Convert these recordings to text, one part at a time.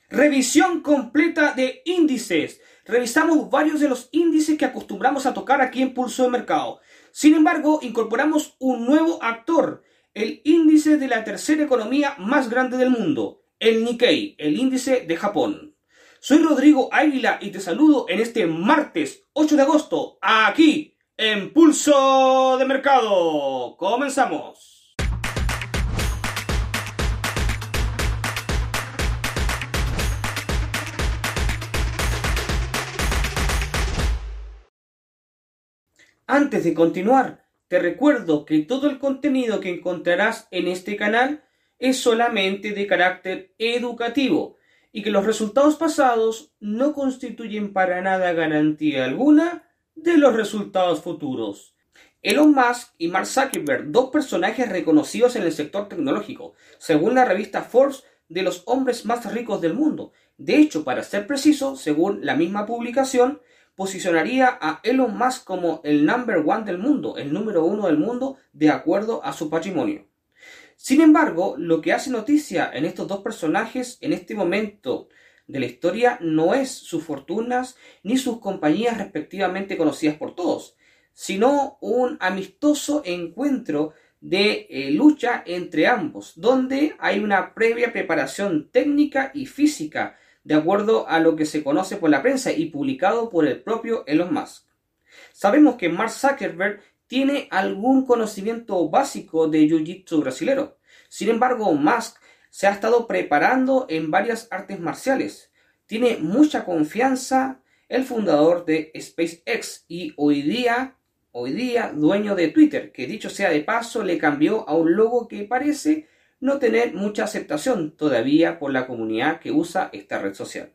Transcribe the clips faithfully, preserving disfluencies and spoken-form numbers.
Revisión completa de índices. Revisamos varios de los índices que acostumbramos a tocar aquí en Pulso de Mercado. Sin embargo, incorporamos un nuevo actor, el índice de la tercera economía más grande del mundo, el Nikkei, el índice de Japón. Soy Rodrigo Águila y te saludo en este martes ocho de agosto, aquí en Pulso de Mercado. ¡Comenzamos! Antes de continuar, te recuerdo que todo el contenido que encontrarás en este canal es solamente de carácter educativo y que los resultados pasados no constituyen para nada garantía alguna de los resultados futuros. Elon Musk y Mark Zuckerberg, dos personajes reconocidos en el sector tecnológico, según la revista Forbes, de los hombres más ricos del mundo. De hecho, para ser preciso, según la misma publicación, posicionaría a Elon Musk como el number one del mundo, el número uno del mundo, de acuerdo a su patrimonio. Sin embargo, lo que hace noticia en estos dos personajes en este momento de la historia no es sus fortunas ni sus compañías respectivamente conocidas por todos, sino un amistoso encuentro de eh, lucha entre ambos, donde hay una previa preparación técnica y física, de acuerdo a lo que se conoce por la prensa y publicado por el propio Elon Musk. Sabemos que Mark Zuckerberg tiene algún conocimiento básico de Jiu-Jitsu brasilero. Sin embargo, Musk se ha estado preparando en varias artes marciales. Tiene mucha confianza el fundador de SpaceX y hoy día, hoy día dueño de Twitter, que dicho sea de paso le cambió a un logo que parece no tener mucha aceptación todavía por la comunidad que usa esta red social.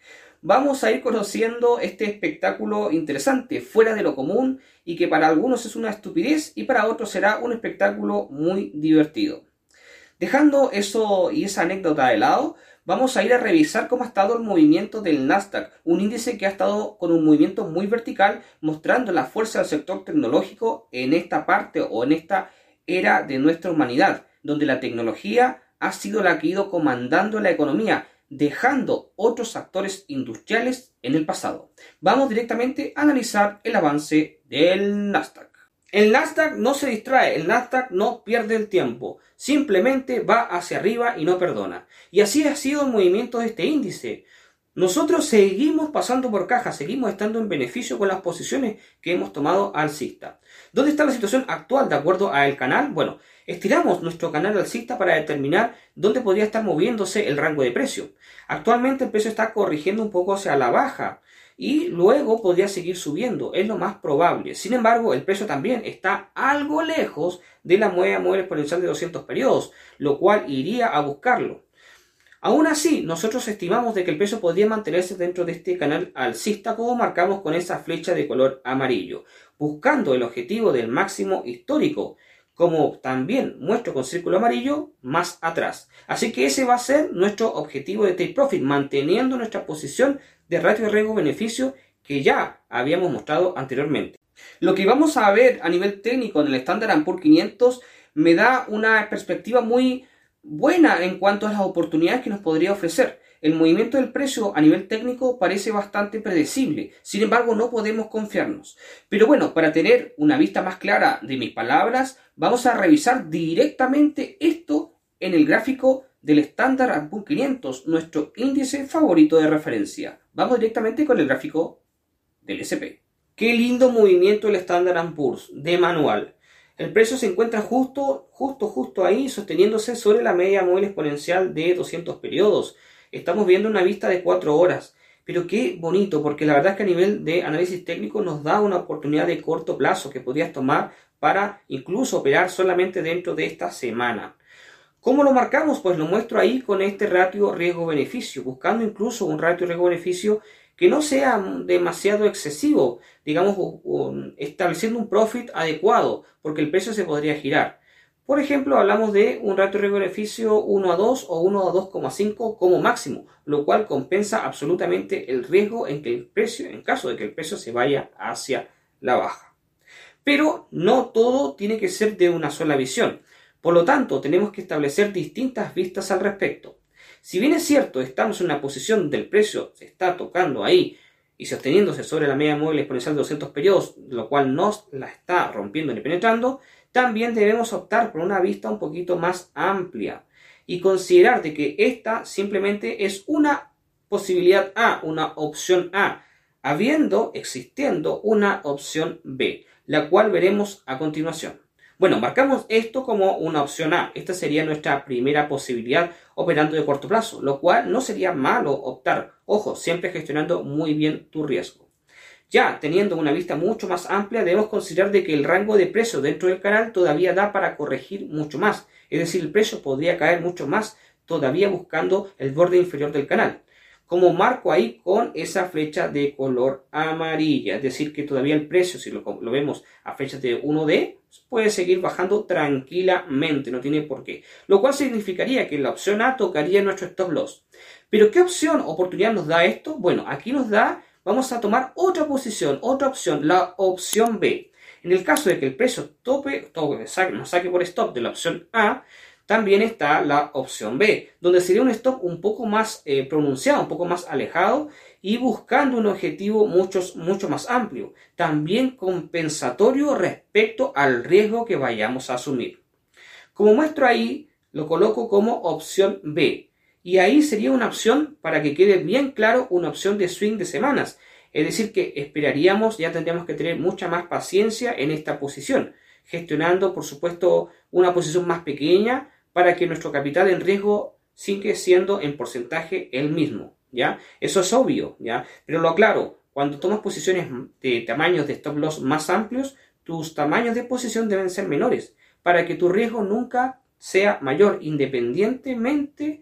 Vamos a ir conociendo este espectáculo interesante, fuera de lo común, y que para algunos es una estupidez y para otros será un espectáculo muy divertido. Dejando eso y esa anécdota de lado, vamos a ir a revisar cómo ha estado el movimiento del Nasdaq, un índice que ha estado con un movimiento muy vertical, mostrando la fuerza del sector tecnológico en esta parte o en esta era de nuestra humanidad, donde la tecnología ha sido la que ha ido comandando la economía, dejando otros actores industriales en el pasado. Vamos directamente a analizar el avance del Nasdaq. El Nasdaq no se distrae, el Nasdaq no pierde el tiempo, simplemente va hacia arriba y no perdona. Y así ha sido el movimiento de este índice. Nosotros seguimos pasando por caja, seguimos estando en beneficio con las posiciones que hemos tomado alcista. ¿Dónde está la situación actual de acuerdo al canal? Bueno, estiramos nuestro canal alcista para determinar dónde podría estar moviéndose el rango de precio. Actualmente el precio está corrigiendo un poco hacia la baja y luego podría seguir subiendo, es lo más probable. Sin embargo, el precio también está algo lejos de la media móvil exponencial de doscientos periodos, lo cual iría a buscarlo. Aún así, nosotros estimamos de que el precio podría mantenerse dentro de este canal alcista como marcamos con esa flecha de color amarillo, buscando el objetivo del máximo histórico, como también muestro con círculo amarillo más atrás. Así que ese va a ser nuestro objetivo de take profit, manteniendo nuestra posición de ratio de riesgo-beneficio que ya habíamos mostrado anteriormente. Lo que vamos a ver a nivel técnico en el Standard and Poor's quinientos me da una perspectiva muy buena en cuanto a las oportunidades que nos podría ofrecer. El movimiento del precio a nivel técnico parece bastante predecible, sin embargo no podemos confiarnos. Pero bueno, para tener una vista más clara de mis palabras, vamos a revisar directamente esto en el gráfico del Standard and Poor's quinientos, nuestro índice favorito de referencia. Vamos directamente con el gráfico del ese pe. Qué lindo movimiento el Standard and Poor's de manual. El precio se encuentra justo, justo, justo ahí, sosteniéndose sobre la media móvil exponencial de doscientos periodos. Estamos viendo una vista de cuatro horas. Pero qué bonito, porque la verdad es que a nivel de análisis técnico nos da una oportunidad de corto plazo que podrías tomar para incluso operar solamente dentro de esta semana. ¿Cómo lo marcamos? Pues lo muestro ahí con este ratio riesgo-beneficio, buscando incluso un ratio riesgo-beneficio que no sea demasiado excesivo, digamos, estableciendo un profit adecuado, porque el precio se podría girar. Por ejemplo, hablamos de un ratio riesgo-beneficio uno a dos o uno a dos coma cinco como máximo, lo cual compensa absolutamente el riesgo en que el precio, en caso de que el precio se vaya hacia la baja. Pero no todo tiene que ser de una sola visión. Por lo tanto, tenemos que establecer distintas vistas al respecto. Si bien es cierto, estamos en una posición donde el precio se está tocando ahí y sosteniéndose sobre la media móvil exponencial de doscientos periodos, lo cual no la está rompiendo ni penetrando, también debemos optar por una vista un poquito más amplia y considerar de que esta simplemente es una posibilidad A, una opción A, habiendo, existiendo una opción B, la cual veremos a continuación. Bueno, marcamos esto como una opción A. Esta sería nuestra primera posibilidad operando de corto plazo, lo cual no sería malo optar. Ojo, siempre gestionando muy bien tu riesgo. Ya teniendo una vista mucho más amplia, debemos considerar de que el rango de precio dentro del canal todavía da para corregir mucho más. Es decir, el precio podría caer mucho más todavía buscando el borde inferior del canal. Como marco ahí con esa flecha de color amarilla, es decir que todavía el precio, si lo, lo vemos a fechas de uno D, puede seguir bajando tranquilamente, no tiene por qué. Lo cual significaría que la opción A tocaría nuestro stop loss. Pero ¿qué opción o oportunidad nos da esto? Bueno, aquí nos da, vamos a tomar otra posición, otra opción, la opción B. En el caso de que el precio tope, tope saque, nos saque por stop de la opción A, también está la opción B, donde sería un stop un poco más eh, pronunciado, un poco más alejado y buscando un objetivo mucho, mucho más amplio, también compensatorio respecto al riesgo que vayamos a asumir. Como muestro ahí, lo coloco como opción B y ahí sería una opción, para que quede bien claro, una opción de swing de semanas, es decir que esperaríamos, ya tendríamos que tener mucha más paciencia en esta posición, gestionando por supuesto una posición más pequeña, para que nuestro capital en riesgo siga siendo en porcentaje el mismo, ¿ya? Eso es obvio, ¿ya? Pero lo aclaro, cuando tomas posiciones de tamaños de stop loss más amplios, tus tamaños de posición deben ser menores, para que tu riesgo nunca sea mayor, independientemente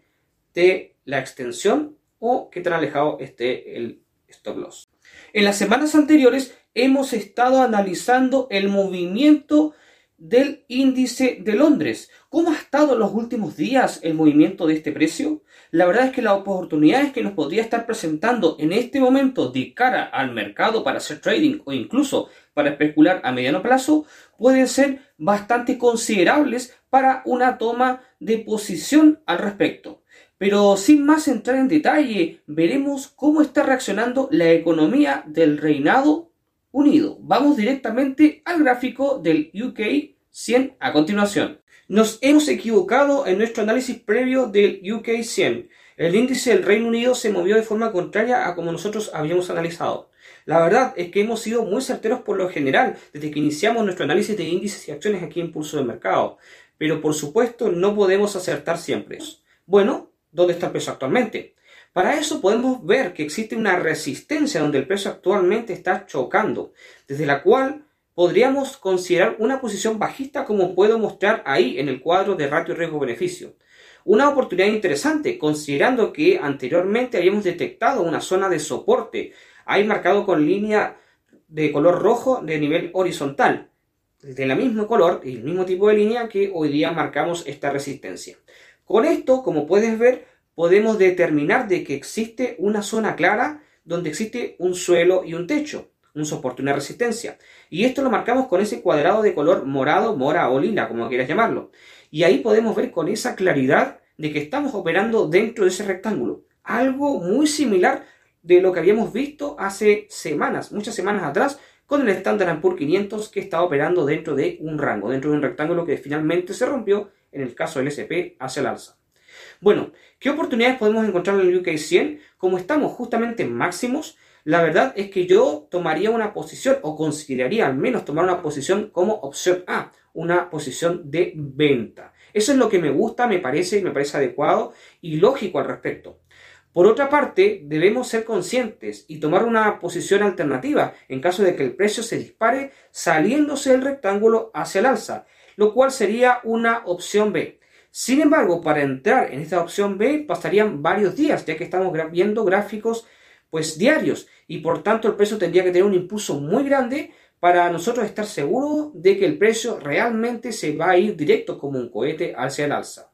de la extensión o qué tan alejado esté el stop loss. En las semanas anteriores hemos estado analizando el movimiento del índice de Londres. ¿Cómo ha estado en los últimos días el movimiento de este precio? La verdad es que las oportunidades que nos podría estar presentando en este momento de cara al mercado para hacer trading o incluso para especular a mediano plazo pueden ser bastante considerables para una toma de posición al respecto. Pero sin más entrar en detalle, veremos cómo está reaccionando la economía del Reino Unido. Vamos directamente al gráfico del U K cien a continuación. Nos hemos equivocado en nuestro análisis previo del U K cien. El índice del Reino Unido se movió de forma contraria a como nosotros habíamos analizado. La verdad es que hemos sido muy certeros por lo general desde que iniciamos nuestro análisis de índices y acciones aquí en Pulso de Mercado. Pero por supuesto no podemos acertar siempre. Bueno, ¿dónde está el precio actualmente? Para eso podemos ver que existe una resistencia donde el precio actualmente está chocando, desde la cual podríamos considerar una posición bajista, como puedo mostrar ahí en el cuadro de ratio riesgo-beneficio. Una oportunidad interesante, considerando que anteriormente habíamos detectado una zona de soporte, ahí marcado con línea de color rojo de nivel horizontal, de la misma color y el mismo tipo de línea que hoy día marcamos esta resistencia. Con esto, como puedes ver, podemos determinar de que existe una zona clara donde existe un suelo y un techo, un soporte y una resistencia. Y esto lo marcamos con ese cuadrado de color morado, mora o lila, como quieras llamarlo. Y ahí podemos ver con esa claridad de que estamos operando dentro de ese rectángulo. Algo muy similar de lo que habíamos visto hace semanas, muchas semanas atrás, con el Standard and Poor's quinientos que estaba operando dentro de un rango, dentro de un rectángulo que finalmente se rompió en el caso del S and P hacia el alza. Bueno, ¿qué oportunidades podemos encontrar en el U K cien? Como estamos justamente en máximos, la verdad es que yo tomaría una posición, o consideraría al menos tomar una posición como opción A, una posición de venta. Eso es lo que me gusta, me parece, me parece adecuado y lógico al respecto. Por otra parte, debemos ser conscientes y tomar una posición alternativa en caso de que el precio se dispare saliéndose del rectángulo hacia el alza, lo cual sería una opción B. Sin embargo, para entrar en esta opción B pasarían varios días, ya que estamos viendo gráficos pues diarios y por tanto el precio tendría que tener un impulso muy grande para nosotros estar seguros de que el precio realmente se va a ir directo como un cohete hacia el alza.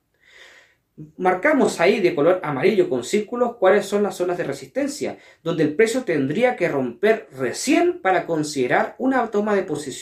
Marcamos ahí de color amarillo con círculos cuáles son las zonas de resistencia, donde el precio tendría que romper recién para considerar una toma de posición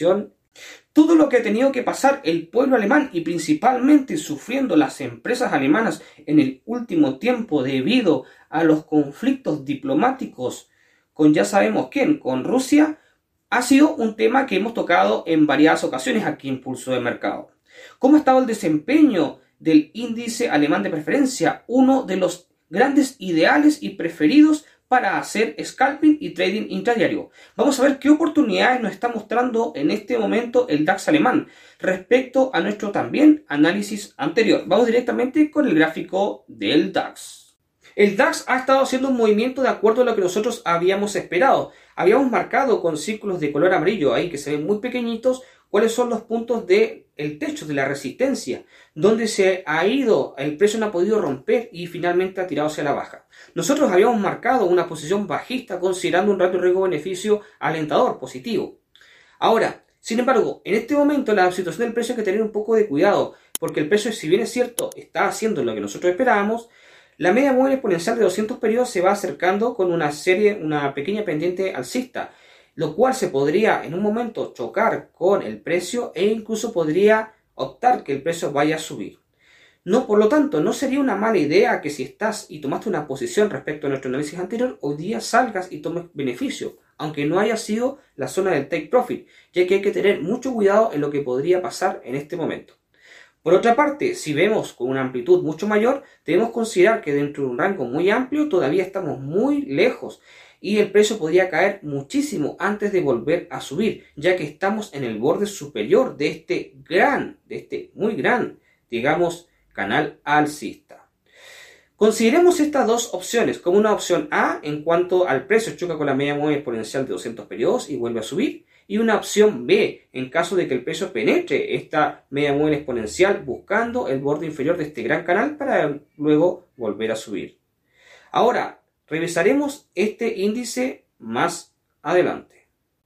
Todo lo que ha tenido que pasar el pueblo alemán y principalmente sufriendo las empresas alemanas en el último tiempo debido a los conflictos diplomáticos con ya sabemos quién, con Rusia, ha sido un tema que hemos tocado en varias ocasiones aquí en Pulso de Mercado. ¿Cómo ha estado el desempeño del índice alemán de preferencia? Uno de los grandes ideales y preferidos para hacer scalping y trading intradiario. Vamos a ver qué oportunidades nos está mostrando en este momento el DAX alemán respecto a nuestro también análisis anterior. Vamos directamente con el gráfico del DAX. El DAX ha estado haciendo un movimiento de acuerdo a lo que nosotros habíamos esperado. Habíamos marcado con círculos de color amarillo ahí que se ven muy pequeñitos cuáles son los puntos del techo de la resistencia, donde se ha ido, el precio no ha podido romper y finalmente ha tirado hacia la baja. Nosotros habíamos marcado una posición bajista considerando un ratio riesgo-beneficio alentador, positivo. Ahora, sin embargo, en este momento la situación del precio hay que tener un poco de cuidado, porque el precio, si bien es cierto, está haciendo lo que nosotros esperábamos, la media móvil exponencial de doscientos periodos se va acercando con una serie, una pequeña pendiente alcista, lo cual se podría en un momento chocar con el precio e incluso podría optar que el precio vaya a subir. No, por lo tanto, no sería una mala idea que si estás y tomaste una posición respecto a nuestro análisis anterior, hoy día salgas y tomes beneficio, aunque no haya sido la zona del take profit, ya que hay que tener mucho cuidado en lo que podría pasar en este momento. Por otra parte, si vemos con una amplitud mucho mayor, debemos considerar que dentro de un rango muy amplio todavía estamos muy lejos y el precio podría caer muchísimo antes de volver a subir, ya que estamos en el borde superior de este gran, de este muy gran, digamos, canal alcista. Consideremos estas dos opciones como una opción A en cuanto al precio choca con la media móvil exponencial de doscientos periodos y vuelve a subir, y una opción B en caso de que el precio penetre esta media móvil exponencial buscando el borde inferior de este gran canal para luego volver a subir. Ahora, revisaremos este índice más adelante.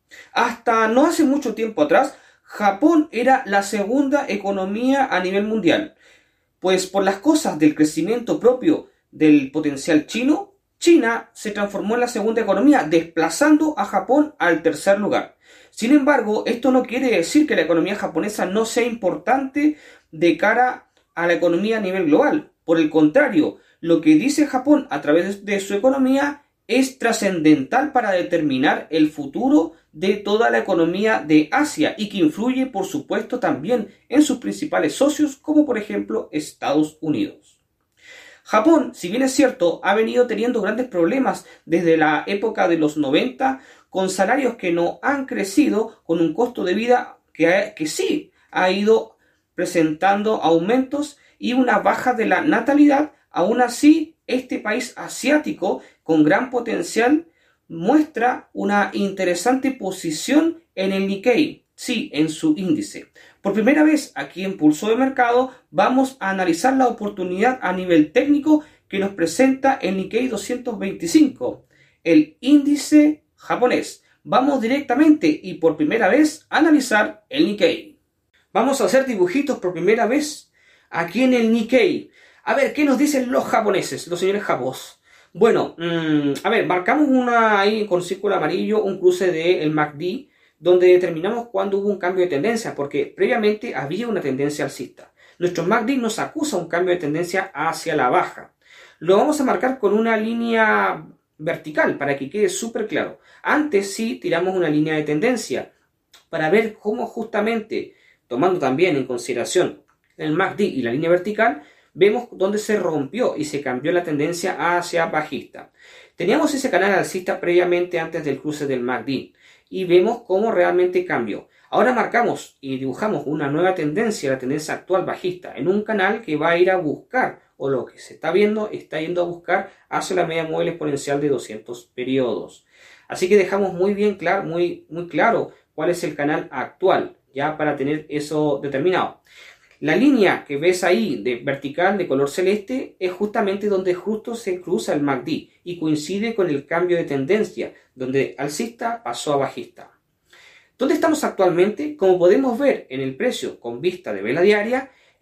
Hasta no hace mucho tiempo atrás, Japón era la segunda economía a nivel mundial, pues por las cosas del crecimiento propio del potencial chino, China se transformó en la segunda economía, desplazando a Japón al tercer lugar. Sin embargo, esto no quiere decir que la economía japonesa no sea importante de cara a la economía a nivel global. Por el contrario, lo que dice Japón a través de su economía es trascendental para determinar el futuro de toda la economía de Asia y que influye, por supuesto, también en sus principales socios, como por ejemplo Estados Unidos. Japón, si bien es cierto, ha venido teniendo grandes problemas desde la época de los noventa, con salarios que no han crecido, con un costo de vida que, ha, que sí ha ido presentando aumentos y una baja de la natalidad. Aún así, este país asiático con gran potencial muestra una interesante posición en el Nikkei, sí, en su índice. Por primera vez aquí en Pulso de Mercado vamos a analizar la oportunidad a nivel técnico que nos presenta el Nikkei doscientos veinticinco, el índice japonés. Vamos directamente y por primera vez a analizar el Nikkei. Vamos a hacer dibujitos por primera vez aquí en el Nikkei. A ver, ¿qué nos dicen los japoneses, los señores japos? Bueno, mmm, a ver, marcamos una ahí con círculo amarillo, un cruce del M A C D, donde determinamos cuándo hubo un cambio de tendencia, porque previamente había una tendencia alcista. Nuestro M A C D nos acusa un cambio de tendencia hacia la baja. Lo vamos a marcar con una línea vertical para que quede súper claro. Antes sí tiramos una línea de tendencia para ver cómo justamente, tomando también en consideración el M A C D y la línea vertical, vemos dónde se rompió y se cambió la tendencia hacia bajista. Teníamos ese canal alcista previamente antes del cruce del M A C D y vemos cómo realmente cambió. Ahora marcamos y dibujamos una nueva tendencia, la tendencia actual bajista, en un canal que va a ir a buscar, o lo que se está viendo, está yendo a buscar hacia la media móvil exponencial de doscientos periodos. Así que dejamos muy bien claro, muy, muy claro cuál es el canal actual, ya para tener eso determinado. La línea que ves ahí de vertical de color celeste es justamente donde justo se cruza el M A C D y coincide con el cambio de tendencia, donde alcista pasó a bajista. ¿Dónde estamos actualmente? Como podemos ver en el precio con vista de vela diaria,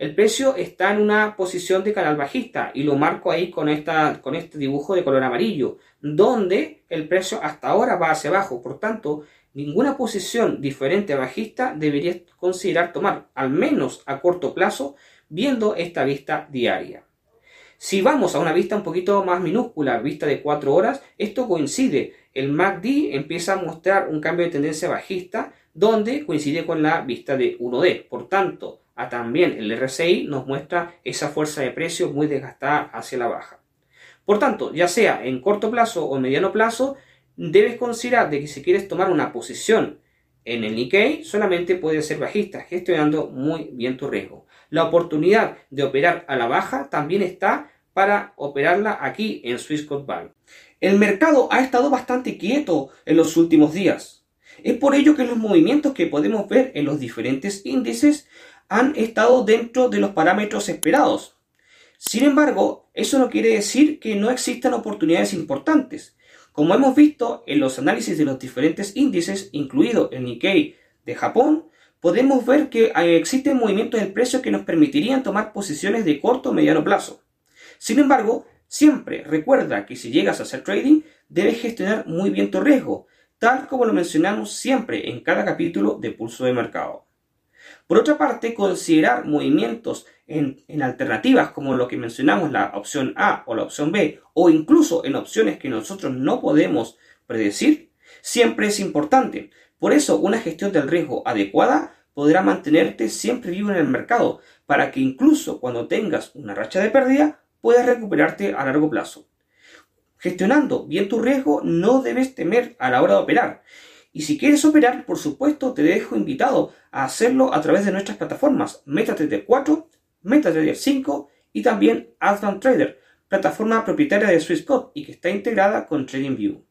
el precio está en una posición de canal bajista y lo marco ahí con, esta, con este dibujo de color amarillo, donde el precio hasta ahora va hacia abajo. Por tanto, ninguna posición diferente a bajista deberías considerar tomar, al menos a corto plazo, viendo esta vista diaria. Si vamos a una vista un poquito más minúscula, vista de cuatro horas, esto coincide. El M A C D empieza a mostrar un cambio de tendencia bajista, donde coincide con la vista de uno D. Por tanto, a también el R S I nos muestra esa fuerza de precio muy desgastada hacia la baja. Por tanto, ya sea en corto plazo o en mediano plazo, debes considerar de que si quieres tomar una posición en el Nikkei, solamente puede ser bajista, gestionando muy bien tu riesgo. La oportunidad de operar a la baja también está para operarla aquí en Swissquote Bank. El mercado ha estado bastante quieto en los últimos días. Es por ello que los movimientos que podemos ver en los diferentes índices han estado dentro de los parámetros esperados. Sin embargo, eso no quiere decir que no existan oportunidades importantes. Como hemos visto en los análisis de los diferentes índices, incluido el Nikkei de Japón, podemos ver que existen movimientos del precio que nos permitirían tomar posiciones de corto o mediano plazo. Sin embargo, siempre recuerda que si llegas a hacer trading, debes gestionar muy bien tu riesgo, tal como lo mencionamos siempre en cada capítulo de Pulso de Mercado. Por otra parte, considerar movimientos en, en alternativas como lo que mencionamos, la opción A o la opción B, o incluso en opciones que nosotros no podemos predecir, siempre es importante. Por eso, una gestión del riesgo adecuada podrá mantenerte siempre vivo en el mercado, para que incluso cuando tengas una racha de pérdida, puedas recuperarte a largo plazo. Gestionando bien tu riesgo, no debes temer a la hora de operar. Y si quieres operar, por supuesto, te dejo invitado a hacerlo a través de nuestras plataformas MetaTrader cuatro, MetaTrader cinco y también Advanced Trader, plataforma propietaria de Swissquote y que está integrada con TradingView.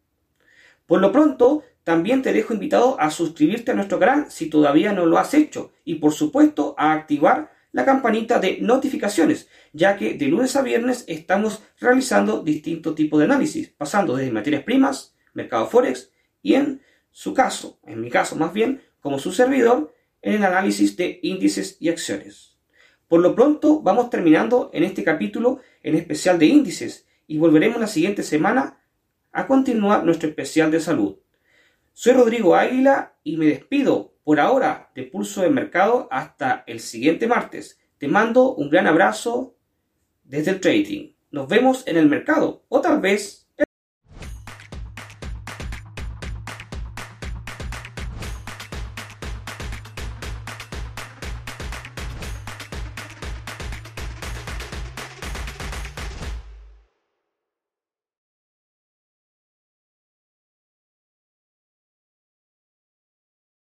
Por lo pronto, también te dejo invitado a suscribirte a nuestro canal si todavía no lo has hecho y, por supuesto, a activar la campanita de notificaciones, ya que de lunes a viernes estamos realizando distintos tipos de análisis, pasando desde materias primas, mercado forex y en su caso, en mi caso más bien, como su servidor, en el análisis de índices y acciones. Por lo pronto, vamos terminando en este capítulo en especial de índices y volveremos la siguiente semana a continuar nuestro especial de salud. Soy Rodrigo Águila y me despido por ahora de Pulso de Mercado hasta el siguiente martes. Te mando un gran abrazo desde el trading. Nos vemos en el mercado o tal vez